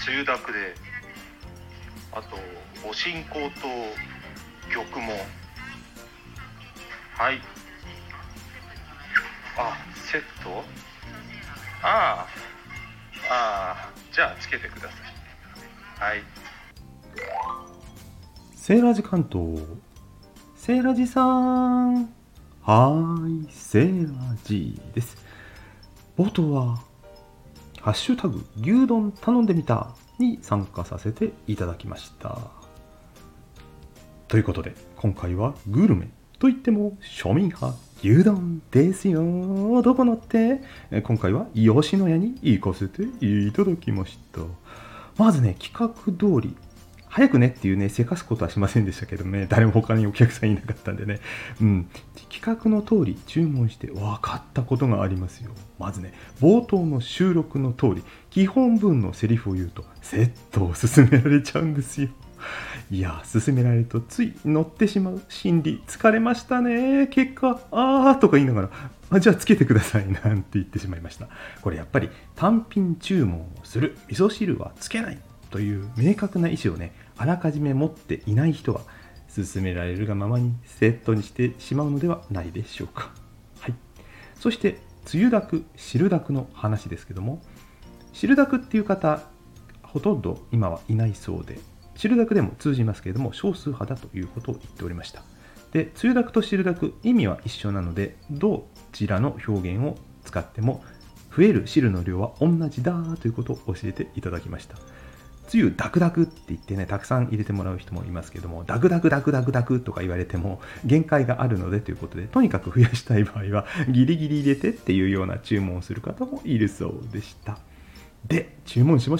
梅雨だくで、あとお進行と玉も、はい、セット、じゃあつけてください。はい。 セーラジ関東、セーラジさん。セーラジです。冒頭はハッシュタグ牛丼頼んでみたに参加させていただきました。ということで今回はグルメといっても庶民派牛丼ですよ。どこのって、今回は吉野家に行かせていただきました。まずね、企画通り早くねっていうね、せかすことはしませんでしたけどね、誰も他にお客さんいなかったんでね、企画の通り注文して分かったことがありますよ。まずね、冒頭の収録の通り、基本文のセリフを言うと、セットを勧められちゃうんですよ。いや、勧められるとつい乗ってしまう心理、疲れましたね。結果、とか言いながら、じゃあつけてくださいなんて言ってしまいました。これやっぱり単品注文をする、味噌汁はつけないという明確な意思をね、あらかじめ持っていない人は勧められるがままにセットにしてしまうのではないでしょうか。はい。そしてつゆだく汁だくの話ですけども、汁だくっていう方ほとんど今はいないそうで、汁だくでも通じますけれども少数派だということを言っておりました。で、つゆだくと汁だく意味は一緒なので、どちらの表現を使っても増える汁の量は同じだということを教えていただきました。つゆダクダクって言ってね、たくさん入れてもらう人もいますけども、ダクダクダクダクダクとか言われても限界があるのでということで、とにかく増やしたい場合はギリギリ入れてっていうような注文をする方もいるそうでした。で、注文しました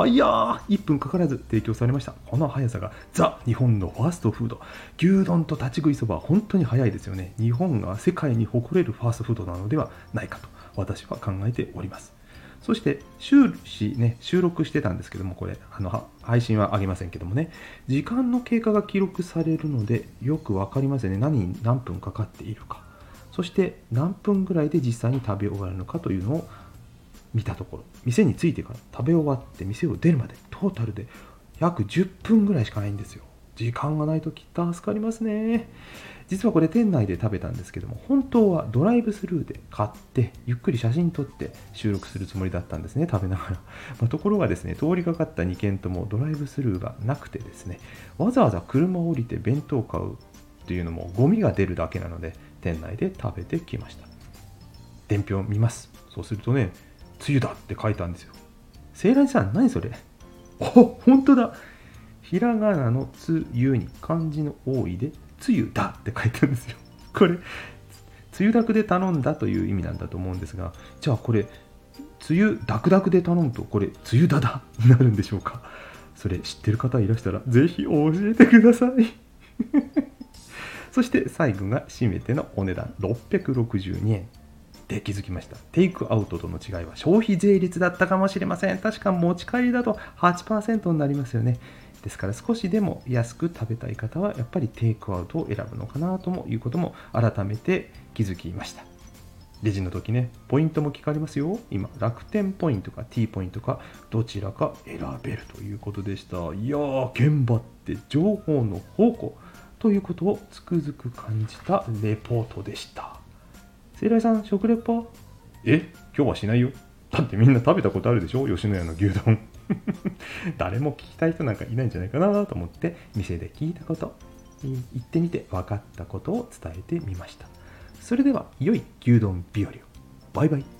。1分かからず提供されました。この速さがザ・日本のファーストフード。牛丼と立ち食いそばは本当に早いですよね。日本が世界に誇れるファーストフードなのではないかと私は考えております。そして終始ね、収録してたんですけども、これ配信はあげませんけどもね、時間の経過が記録されるのでよく分かりますよね。何分かかっているか、そして何分ぐらいで実際に食べ終わるのかというのを見たところ、店に着いてから食べ終わって店を出るまでトータルで約10分ぐらいしかないんですよ。時間がないとき助かりますね。実はこれ店内で食べたんですけども、本当はドライブスルーで買ってゆっくり写真撮って収録するつもりだったんですね、食べながら。ところがですね、通りかかった2軒ともドライブスルーがなくてですね、わざわざ車を降りて弁当を買うっていうのもゴミが出るだけなので、店内で食べてきました。伝票見ます。そうするとね、つゆだって書いたんですよ。セイラジさん、何それ？本当だ。ひらがなのつゆに漢字の多いでつゆだって書いてあるんですよ。これつゆだくで頼んだという意味なんだと思うんですが、じゃあこれつゆだくだくで頼むとこれつゆだだになるんでしょうか。それ知ってる方いらしたらぜひ教えてください。そして最後が締めてのお値段662円で気づきました。テイクアウトとの違いは消費税率だったかもしれません。確か持ち帰りだと 8% になりますよね。ですから少しでも安く食べたい方はやっぱりテイクアウトを選ぶのかなということも改めて気づきました。レジの時ね、ポイントも聞かれますよ。今、楽天ポイントか T ポイントかどちらか選べるということでした。いやー、現場って情報の宝庫ということをつくづく感じたレポートでした。セイライさん、食レポ？今日はしないよ。だってみんな食べたことあるでしょ、吉野家の牛丼。誰も聞きたい人なんかいないんじゃないかなと思って店で聞いたこと、行ってみて分かったことを伝えてみました。それでは良い牛丼日和を。バイバイ。